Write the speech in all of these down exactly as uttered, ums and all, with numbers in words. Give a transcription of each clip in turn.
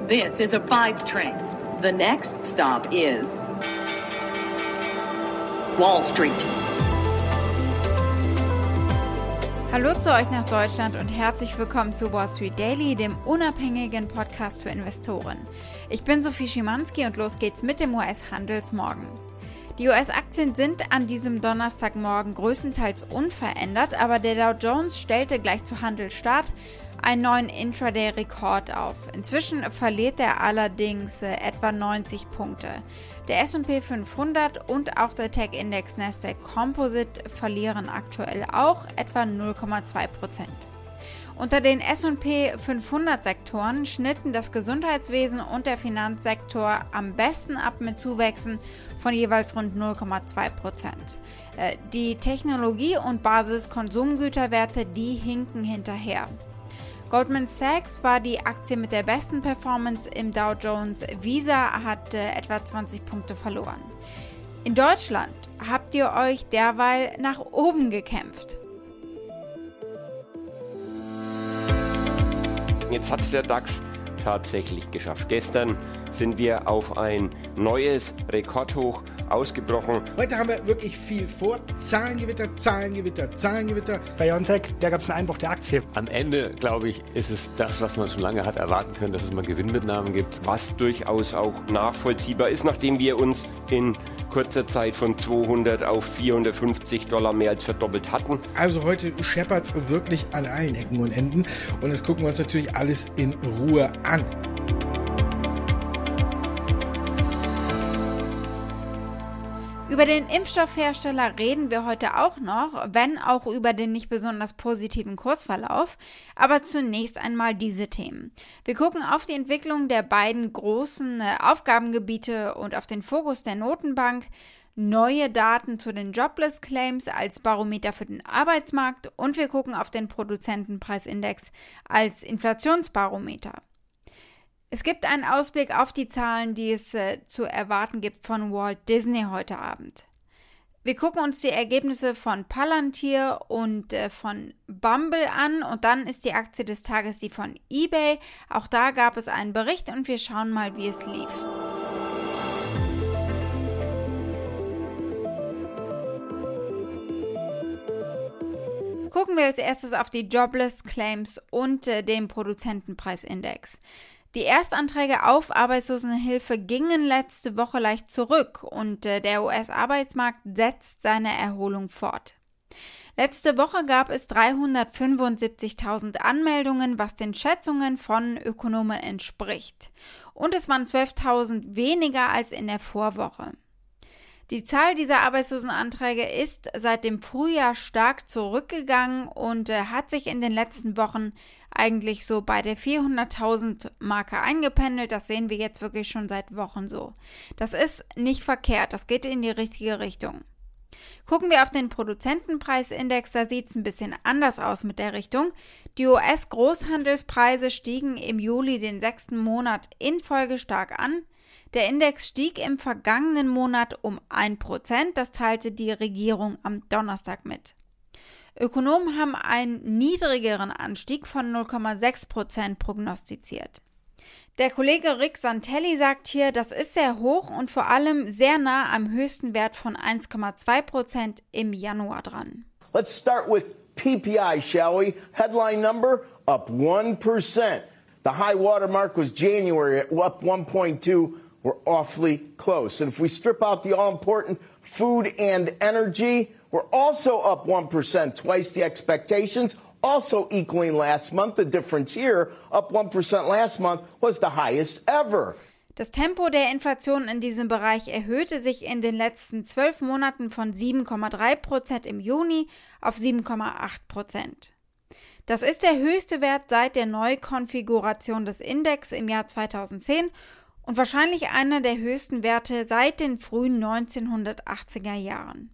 This is a five train. The next stop is Wall Street. Hallo zu euch nach Deutschland und herzlich willkommen zu Wall Street Daily, dem unabhängigen Podcast für Investoren. Ich bin Sophie Schimanski und los geht's mit dem U S-Handelsmorgen. Die U S-Aktien sind an diesem Donnerstagmorgen größtenteils unverändert, aber der Dow Jones stellte gleich zu Handelsstart einen neuen Intraday-Rekord auf. Inzwischen verliert er allerdings äh, etwa neunzig Punkte. Der S und P fünfhundert und auch der Tech-Index Nasdaq Composite verlieren aktuell auch etwa null Komma zwei Prozent. Unter den S und P fünfhundert Sektoren schnitten das Gesundheitswesen und der Finanzsektor am besten ab mit Zuwächsen von jeweils rund null Komma zwei Prozent. Äh, die Technologie- und Basiskonsumgüterwerte, die hinken hinterher. Goldman Sachs war die Aktie mit der besten Performance im Dow Jones. Visa hat äh, etwa zwanzig Punkte verloren. In Deutschland habt ihr euch derweil nach oben gekämpft. Jetzt hat es der DAX tatsächlich geschafft. Gestern sind wir auf ein neues Rekordhoch ausgebrochen. Heute haben wir wirklich viel vor. Zahlengewitter, Zahlengewitter, Zahlengewitter. Bei BioNTech, da gab es einen Einbruch der Aktie. Am Ende, glaube ich, ist es das, was man schon lange hat erwarten können, dass es mal Gewinnmitnahmen gibt. Was durchaus auch nachvollziehbar ist, nachdem wir uns in kurzer Zeit von zweihundert auf vierhundertfünfzig Dollar mehr als verdoppelt hatten. Also heute scheppert es wirklich an allen Ecken und Enden. Und das gucken wir uns natürlich alles in Ruhe an. Über den Impfstoffhersteller reden wir heute auch noch, wenn auch über den nicht besonders positiven Kursverlauf. Aber zunächst einmal diese Themen. Wir gucken auf die Entwicklung der beiden großen Aufgabengebiete und auf den Fokus der Notenbank, neue Daten zu den Jobless Claims als Barometer für den Arbeitsmarkt und wir gucken auf den Produzentenpreisindex als Inflationsbarometer. Es gibt einen Ausblick auf die Zahlen, die es äh, zu erwarten gibt von Walt Disney heute Abend. Wir gucken uns die Ergebnisse von Palantir und äh, von Bumble an und dann ist die Aktie des Tages die von eBay. Auch da gab es einen Bericht und wir schauen mal, wie es lief. Gucken wir als erstes auf die Jobless Claims und äh, den Produzentenpreisindex. Die Erstanträge auf Arbeitslosenhilfe gingen letzte Woche leicht zurück und äh, der U S-Arbeitsmarkt setzt seine Erholung fort. Letzte Woche gab es dreihundertfünfundsiebzigtausend Anmeldungen, was den Schätzungen von Ökonomen entspricht. Und es waren zwölftausend weniger als in der Vorwoche. Die Zahl dieser Arbeitslosenanträge ist seit dem Frühjahr stark zurückgegangen und äh, hat sich in den letzten Wochen eigentlich so bei der vierhunderttausend Marke eingependelt. Das sehen wir jetzt wirklich schon seit Wochen so. Das ist nicht verkehrt, das geht in die richtige Richtung. Gucken wir auf den Produzentenpreisindex, da sieht es ein bisschen anders aus mit der Richtung. Die U S-Großhandelspreise stiegen im Juli den sechsten Monat in Folge stark an. Der Index stieg im vergangenen Monat um ein Prozent, das teilte die Regierung am Donnerstag mit. Ökonomen haben einen niedrigeren Anstieg von null Komma sechs Prozent prognostiziert. Der Kollege Rick Santelli sagt hier, das ist sehr hoch und vor allem sehr nah am höchsten Wert von eins Komma zwei Prozent im Januar dran. Let's start with P P I, shall we? Headline number up one percent. The high water mark was January at up one point two. We're awfully close. And if we strip out the all-important food and energy, we're also up one percent, twice the expectations, also equaling last month. The difference here, up one percent last month, was the highest ever. Das Tempo der Inflation in diesem Bereich erhöhte sich in den letzten zwölf Monaten von sieben Komma drei Prozent im Juni auf sieben Komma acht Prozent. Das ist der höchste Wert seit der Neukonfiguration des Index im Jahr zweitausendzehn und wahrscheinlich einer der höchsten Werte seit den frühen neunzehnhundertachtziger Jahren.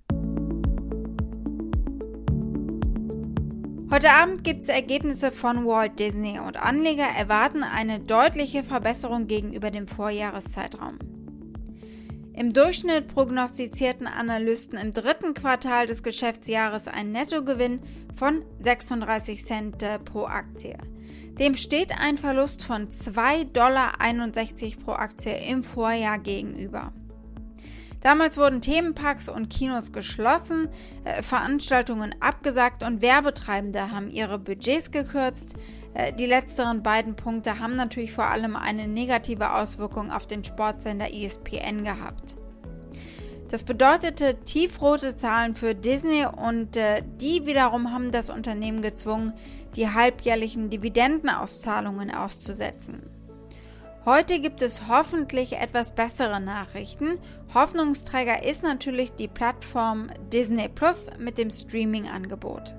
Heute Abend gibt es Ergebnisse von Walt Disney und Anleger erwarten eine deutliche Verbesserung gegenüber dem Vorjahreszeitraum. Im Durchschnitt prognostizierten Analysten im dritten Quartal des Geschäftsjahres einen Nettogewinn von sechsunddreißig Cent pro Aktie. Dem steht ein Verlust von zwei Komma einundsechzig Dollar pro Aktie im Vorjahr gegenüber. Damals wurden Themenparks und Kinos geschlossen, äh, Veranstaltungen abgesagt und Werbetreibende haben ihre Budgets gekürzt. Äh, die letzteren beiden Punkte haben natürlich vor allem eine negative Auswirkung auf den Sportsender E S P N gehabt. Das bedeutete tiefrote Zahlen für Disney und äh, die wiederum haben das Unternehmen gezwungen, die halbjährlichen Dividendenauszahlungen auszusetzen. Heute gibt es hoffentlich etwas bessere Nachrichten. Hoffnungsträger ist natürlich die Plattform Disney Plus mit dem Streaming-Angebot.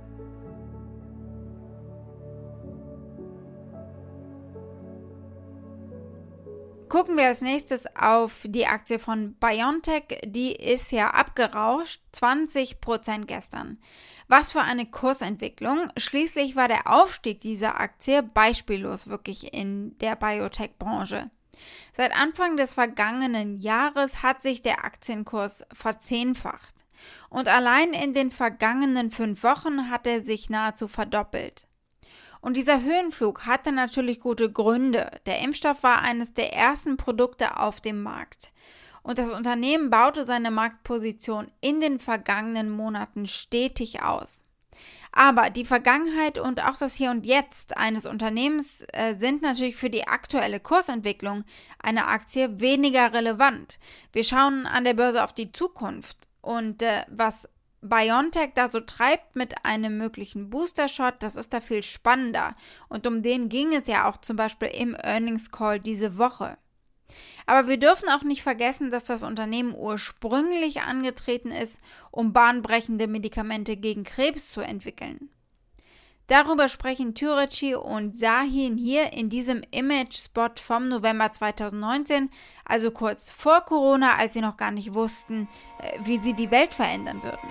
Gucken wir als nächstes auf die Aktie von BioNTech. Die ist ja abgerauscht, zwanzig Prozent gestern. Was für eine Kursentwicklung. Schließlich war der Aufstieg dieser Aktie beispiellos wirklich in der Biotech-Branche. Seit Anfang des vergangenen Jahres hat sich der Aktienkurs verzehnfacht. Und allein in den vergangenen fünf Wochen hat er sich nahezu verdoppelt. Und dieser Höhenflug hatte natürlich gute Gründe. Der Impfstoff war eines der ersten Produkte auf dem Markt. Und das Unternehmen baute seine Marktposition in den vergangenen Monaten stetig aus. Aber die Vergangenheit und auch das Hier und Jetzt eines Unternehmens äh, sind natürlich für die aktuelle Kursentwicklung einer Aktie weniger relevant. Wir schauen an der Börse auf die Zukunft und äh, was BioNTech da so treibt mit einem möglichen Booster-Shot, das ist da viel spannender. Und um den ging es ja auch zum Beispiel im Earnings Call diese Woche. Aber wir dürfen auch nicht vergessen, dass das Unternehmen ursprünglich angetreten ist, um bahnbrechende Medikamente gegen Krebs zu entwickeln. Darüber sprechen Türeci und Sahin hier in diesem Image-Spot vom November zweitausendneunzehn, also kurz vor Corona, als sie noch gar nicht wussten, wie sie die Welt verändern würden.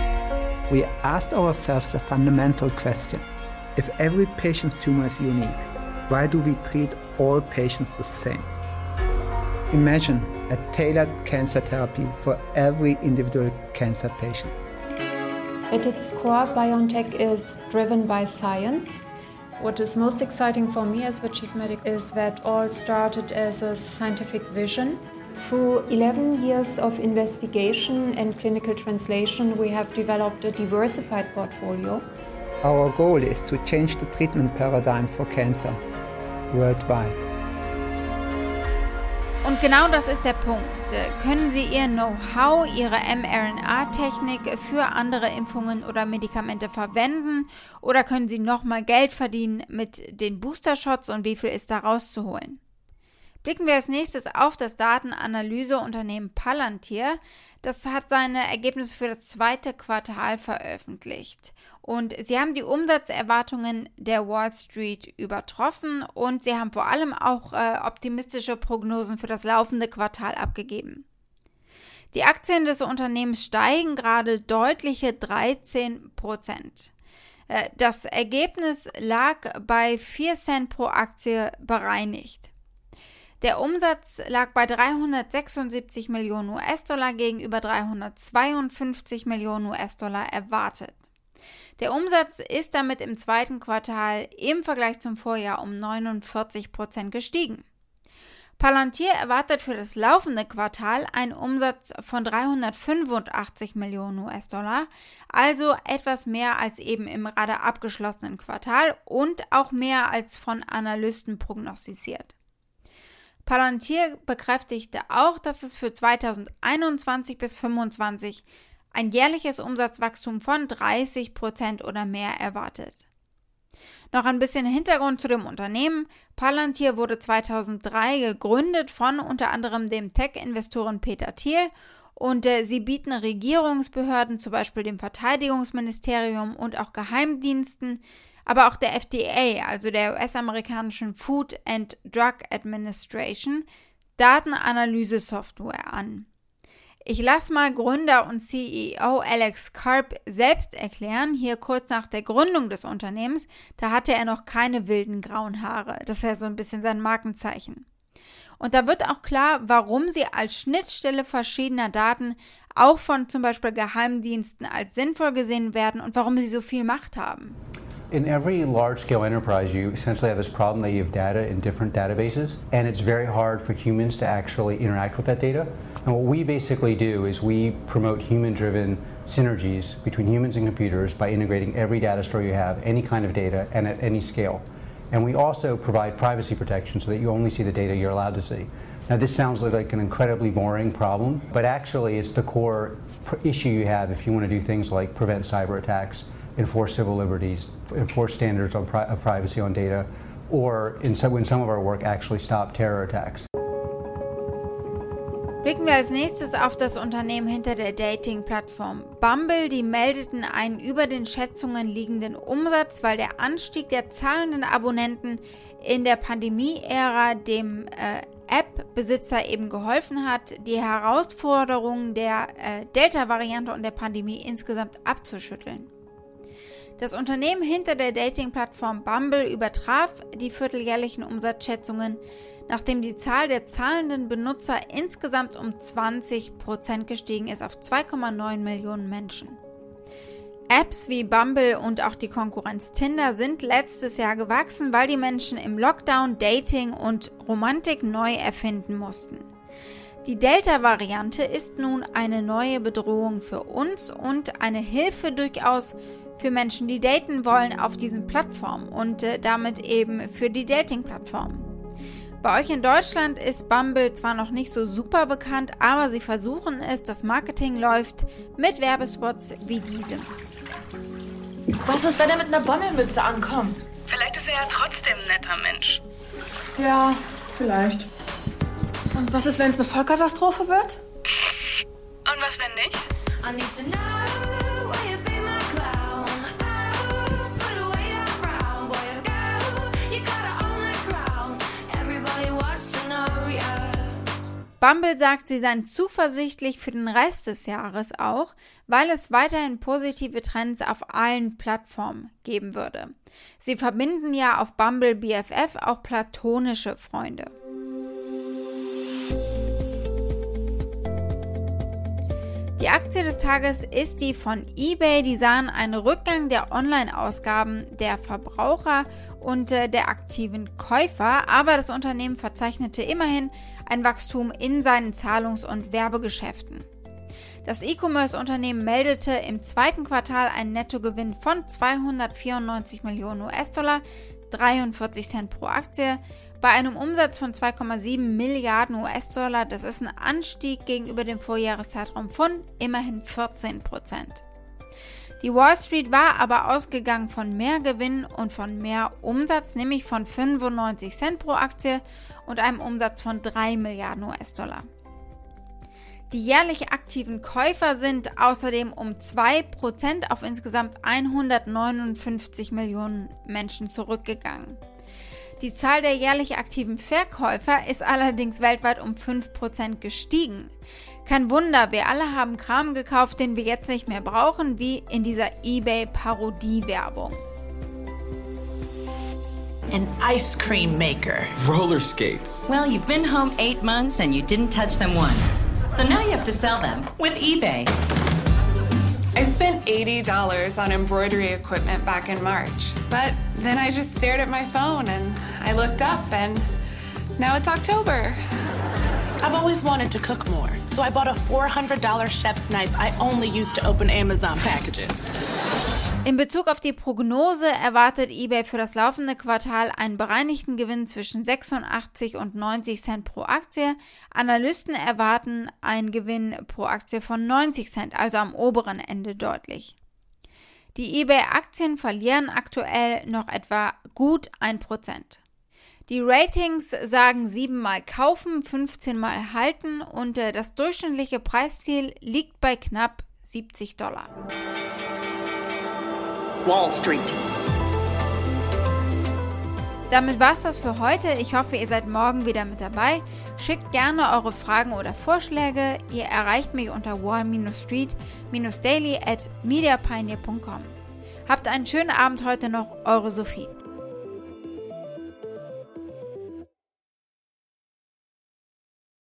We asked ourselves a fundamental question. If every patient's tumor is unique, why do we treat all patients the same? Imagine a tailored cancer therapy for every individual cancer patient. At its core, BioNTech is driven by science. What is most exciting for me as the chief medic is that all started as a scientific vision. Through eleven years of investigation and clinical translation, we have developed a diversified portfolio. Our goal is to change the treatment paradigm for cancer worldwide. Und genau das ist der Punkt. Können Sie Ihr Know-how, Ihre mRNA-Technik für andere Impfungen oder Medikamente verwenden oder können Sie nochmal Geld verdienen mit den Booster-Shots und wie viel ist da rauszuholen? Blicken wir als nächstes auf das Datenanalyseunternehmen Palantir. Das hat seine Ergebnisse für das zweite Quartal veröffentlicht. Und sie haben die Umsatzerwartungen der Wall Street übertroffen und sie haben vor allem auch äh, optimistische Prognosen für das laufende Quartal abgegeben. Die Aktien des Unternehmens steigen gerade deutliche dreizehn Prozent. Äh, das Ergebnis lag bei vier Cent pro Aktie bereinigt. Der Umsatz lag bei dreihundertsechsundsiebzig Millionen U S-Dollar gegenüber dreihundertzweiundfünfzig Millionen U S-Dollar erwartet. Der Umsatz ist damit im zweiten Quartal im Vergleich zum Vorjahr um neunundvierzig Prozent gestiegen. Palantir erwartet für das laufende Quartal einen Umsatz von dreihundertfünfundachtzig Millionen U S-Dollar, also etwas mehr als eben im gerade abgeschlossenen Quartal und auch mehr als von Analysten prognostiziert. Palantir bekräftigte auch, dass es für zweitausendeinundzwanzig bis zweitausendfünfundzwanzig ein jährliches Umsatzwachstum von dreißig Prozent oder mehr erwartet. Noch ein bisschen Hintergrund zu dem Unternehmen. Palantir wurde zweitausenddrei gegründet von unter anderem dem Tech-Investoren Peter Thiel und äh, sie bieten Regierungsbehörden, zum Beispiel dem Verteidigungsministerium und auch Geheimdiensten, aber auch der F D A, also der U S-amerikanischen Food and Drug Administration, Datenanalyse-Software an. Ich lasse mal Gründer und C E O Alex Karp selbst erklären, hier kurz nach der Gründung des Unternehmens, da hatte er noch keine wilden grauen Haare. Das ist ja so ein bisschen sein Markenzeichen. Und da wird auch klar, warum sie als Schnittstelle verschiedener Daten auch von zum Beispiel Geheimdiensten als sinnvoll gesehen werden und warum sie so viel Macht haben. In every large-scale enterprise, you essentially have this problem that you have data in different databases, and it's very hard for humans to actually interact with that data. And what we basically do is we promote human-driven synergies between humans and computers by integrating every data store you have, any kind of data, and at any scale. And we also provide privacy protection so that you only see the data you're allowed to see. Now, this sounds like an incredibly boring problem, but actually it's the core issue you have if you want to do things like prevent cyber attacks, enforce civil liberties, enforce standards on pri- of privacy on data, or in some, in some of our work actually stop terror attacks. Blicken wir als nächstes auf das Unternehmen hinter der Dating-Plattform Bumble. Die meldeten einen über den Schätzungen liegenden Umsatz, weil der Anstieg der zahlenden Abonnenten in der Pandemie-Ära dem äh, App-Besitzer eben geholfen hat, die Herausforderungen der äh, Delta-Variante und der Pandemie insgesamt abzuschütteln. Das Unternehmen hinter der Dating-Plattform Bumble übertraf die vierteljährlichen Umsatzschätzungen, nachdem die Zahl der zahlenden Benutzer insgesamt um zwanzig Prozent gestiegen ist auf zwei Komma neun Millionen Menschen. Apps wie Bumble und auch die Konkurrenz Tinder sind letztes Jahr gewachsen, weil die Menschen im Lockdown Dating und Romantik neu erfinden mussten. Die Delta-Variante ist nun eine neue Bedrohung für uns und eine Hilfe durchaus für Menschen, die daten wollen auf diesen Plattformen und äh, damit eben für die Dating-Plattformen. Bei euch in Deutschland ist Bumble zwar noch nicht so super bekannt, aber sie versuchen es, das Marketing läuft mit Werbespots wie diesem. Was ist, wenn er mit einer Bommelmütze ankommt? Vielleicht ist er ja trotzdem ein netter Mensch. Ja, vielleicht. Und was ist, wenn es eine Vollkatastrophe wird? Und was, wenn nicht? I need to know where you be my clown. Oh, put away that frown. Boy, you go, you gotta own that crown. Everybody wants to know, yeah. Bumble sagt, sie seien zuversichtlich für den Rest des Jahres auch, weil es weiterhin positive Trends auf allen Plattformen geben würde. Sie verbinden ja auf Bumble B F F auch platonische Freunde. Die Aktie des Tages ist die von eBay. Die sahen einen Rückgang der Online-Ausgaben der Verbraucher und äh, der aktiven Käufer, aber das Unternehmen verzeichnete immerhin ein Wachstum in seinen Zahlungs- und Werbegeschäften. Das E-Commerce-Unternehmen meldete im zweiten Quartal einen Nettogewinn von zweihundertvierundneunzig Millionen U S-Dollar, dreiundvierzig Cent pro Aktie, bei einem Umsatz von zwei Komma sieben Milliarden U S-Dollar. Das ist ein Anstieg gegenüber dem Vorjahreszeitraum von immerhin vierzehn Prozent. Die Wall Street war aber ausgegangen von mehr Gewinn und von mehr Umsatz, nämlich von fünfundneunzig Cent pro Aktie und einem Umsatz von drei Milliarden U S-Dollar. Die jährlich aktiven Käufer sind außerdem um zwei Prozent auf insgesamt hundertneunundfünfzig Millionen Menschen zurückgegangen. Die Zahl der jährlich aktiven Verkäufer ist allerdings weltweit um fünf Prozent gestiegen. Kein Wunder, wir alle haben Kram gekauft, den wir jetzt nicht mehr brauchen, wie in dieser eBay-Parodie-Werbung. An ice cream maker. Roller skates. Well, you've been home eight months and you didn't touch them once. So now you have to sell them with eBay. I spent eighty dollars on embroidery equipment back in March, but then I just stared at my phone and I looked up and now it's October. I've always wanted to cook more, so I bought a four hundred dollars chef's knife I only use to open Amazon packages. In Bezug auf die Prognose erwartet eBay für das laufende Quartal einen bereinigten Gewinn zwischen sechsundachtzig und neunzig Cent pro Aktie. Analysten erwarten einen Gewinn pro Aktie von neunzig Cent, also am oberen Ende deutlich. Die eBay-Aktien verlieren aktuell noch etwa gut ein Prozent. Die Ratings sagen sieben Mal kaufen, fünfzehn Mal halten und äh, das durchschnittliche Preisziel liegt bei knapp siebzig Dollar. Wall Street. Damit war's das für heute. Ich hoffe, ihr seid morgen wieder mit dabei. Schickt gerne eure Fragen oder Vorschläge. Ihr erreicht mich unter wall street daily at mediapioneer punkt com. Habt einen schönen Abend heute noch. Eure Sophie.